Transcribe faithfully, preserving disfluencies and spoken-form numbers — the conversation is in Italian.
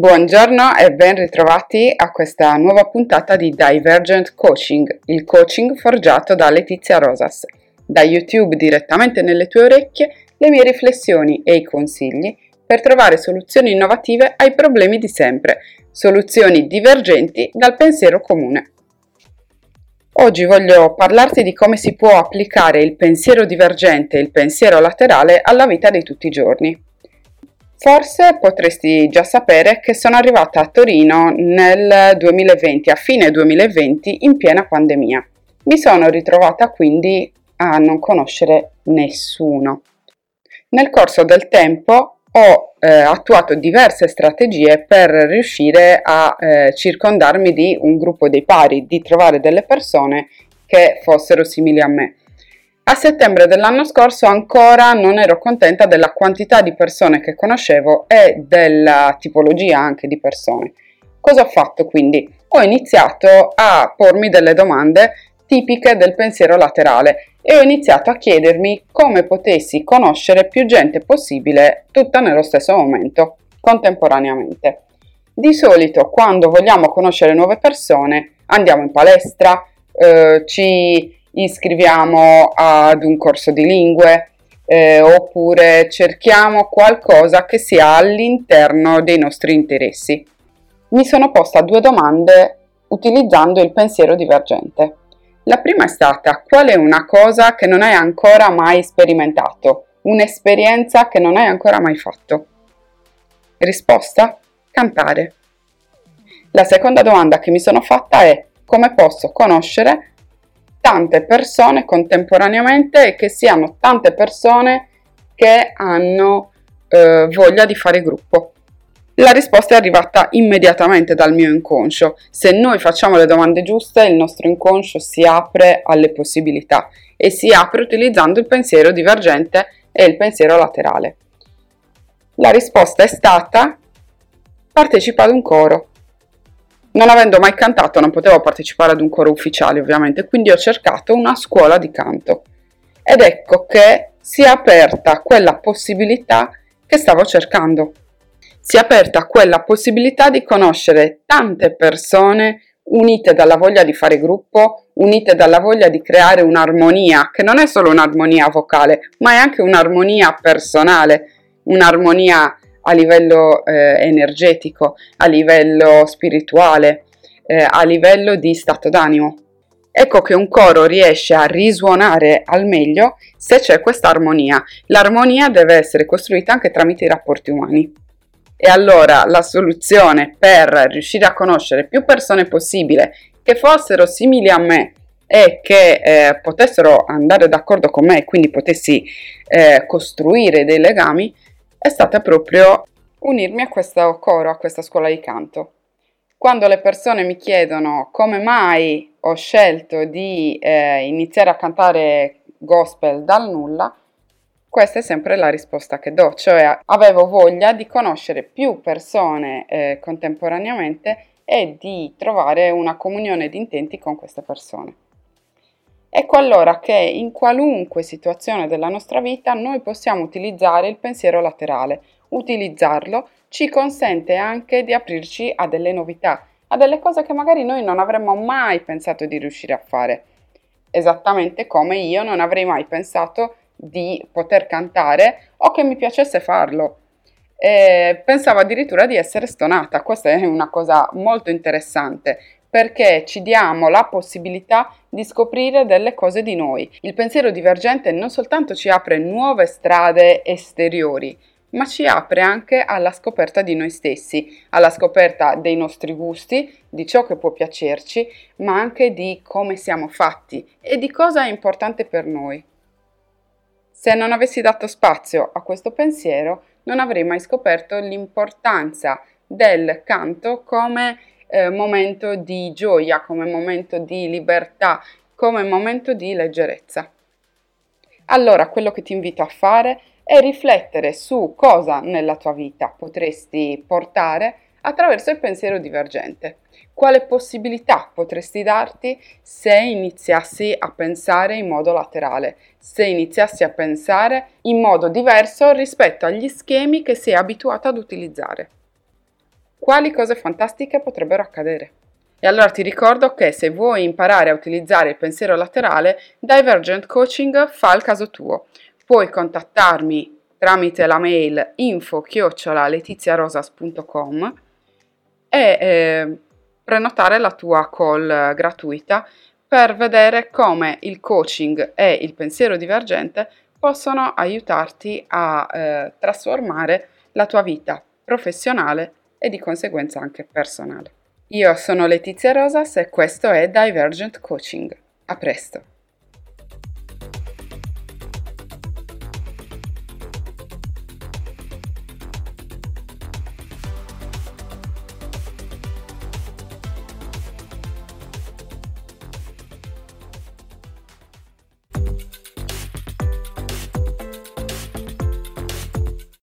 Buongiorno e ben ritrovati a questa nuova puntata di Divergent Coaching, il coaching forgiato da Letizia Rosas. Da YouTube direttamente nelle tue orecchie, le mie riflessioni e i consigli per trovare soluzioni innovative ai problemi di sempre, soluzioni divergenti dal pensiero comune. Oggi voglio parlarti di come si può applicare il pensiero divergente e il pensiero laterale alla vita di tutti i giorni. Forse potresti già sapere che sono arrivata a Torino nel duemilaventi, a fine duemilaventi, in piena pandemia. Mi sono ritrovata quindi a non conoscere nessuno. Nel corso del tempo ho eh, attuato diverse strategie per riuscire a eh, circondarmi di un gruppo dei pari, di trovare delle persone che fossero simili a me. A settembre dell'anno scorso ancora non ero contenta della quantità di persone che conoscevo e della tipologia anche di persone. Cosa ho fatto quindi? Ho iniziato a pormi delle domande tipiche del pensiero laterale e ho iniziato a chiedermi come potessi conoscere più gente possibile tutta nello stesso momento, contemporaneamente. Di solito quando vogliamo conoscere nuove persone andiamo in palestra, eh, ci iscriviamo ad un corso di lingue eh, oppure cerchiamo qualcosa che sia all'interno dei nostri interessi. Mi sono posta due domande utilizzando il pensiero divergente. La prima è stata: qual è una cosa che non hai ancora mai sperimentato? Un'esperienza che non hai ancora mai fatto? Risposta: cantare. La seconda domanda che mi sono fatta è: come posso conoscere tante persone contemporaneamente e che siano tante persone che hanno eh, voglia di fare gruppo? La risposta è arrivata immediatamente dal mio inconscio. Se noi facciamo le domande giuste, il nostro inconscio si apre alle possibilità e si apre utilizzando il pensiero divergente e il pensiero laterale. La risposta è stata: partecipa ad un coro. Non avendo mai cantato non potevo partecipare ad un coro ufficiale ovviamente, quindi ho cercato una scuola di canto ed ecco che si è aperta quella possibilità che stavo cercando. Si è aperta quella possibilità di conoscere tante persone unite dalla voglia di fare gruppo, unite dalla voglia di creare un'armonia, che non è solo un'armonia vocale, ma è anche un'armonia personale, un'armonia a livello eh, energetico, a livello spirituale, eh, a livello di stato d'animo. Ecco che un coro riesce a risuonare al meglio se c'è questa armonia. L'armonia deve essere costruita anche tramite i rapporti umani. E allora la soluzione per riuscire a conoscere più persone possibile che fossero simili a me e che eh, potessero andare d'accordo con me e quindi potessi eh, costruire dei legami è stata proprio unirmi a questo coro, a questa scuola di canto. Quando le persone mi chiedono come mai ho scelto di eh, iniziare a cantare gospel dal nulla, questa è sempre la risposta che do, cioè avevo voglia di conoscere più persone eh, contemporaneamente e di trovare una comunione di intenti con queste persone. Ecco allora che in qualunque situazione della nostra vita noi possiamo utilizzare il pensiero laterale. Utilizzarlo ci consente anche di aprirci a delle novità, a delle cose che magari noi non avremmo mai pensato di riuscire a fare. Esattamente come io non avrei mai pensato di poter cantare o che mi piacesse farlo. E pensavo addirittura di essere stonata. Questa è una cosa molto interessante, perché ci diamo la possibilità di scoprire delle cose di noi. Il pensiero divergente non soltanto ci apre nuove strade esteriori, ma ci apre anche alla scoperta di noi stessi, alla scoperta dei nostri gusti, di ciò che può piacerci, ma anche di come siamo fatti e di cosa è importante per noi. Se non avessi dato spazio a questo pensiero, non avrei mai scoperto l'importanza del canto come Eh, momento di gioia, come momento di libertà, come momento di leggerezza. Allora, quello che ti invito a fare è riflettere su cosa nella tua vita potresti portare attraverso il pensiero divergente. Quale possibilità potresti darti se iniziassi a pensare in modo laterale, se iniziassi a pensare in modo diverso rispetto agli schemi che sei abituato ad utilizzare? quali cose fantastiche potrebbero accadere. E allora ti ricordo che se vuoi imparare a utilizzare il pensiero laterale, Divergent Coaching fa il caso tuo. Puoi contattarmi tramite la mail info chiocciola letiziarosas punto com e eh, prenotare la tua call gratuita per vedere come il coaching e il pensiero divergente possono aiutarti a eh, trasformare la tua vita professionale e di conseguenza anche personale. Io sono Letizia Rosas e questo è Divergent Coaching. A presto!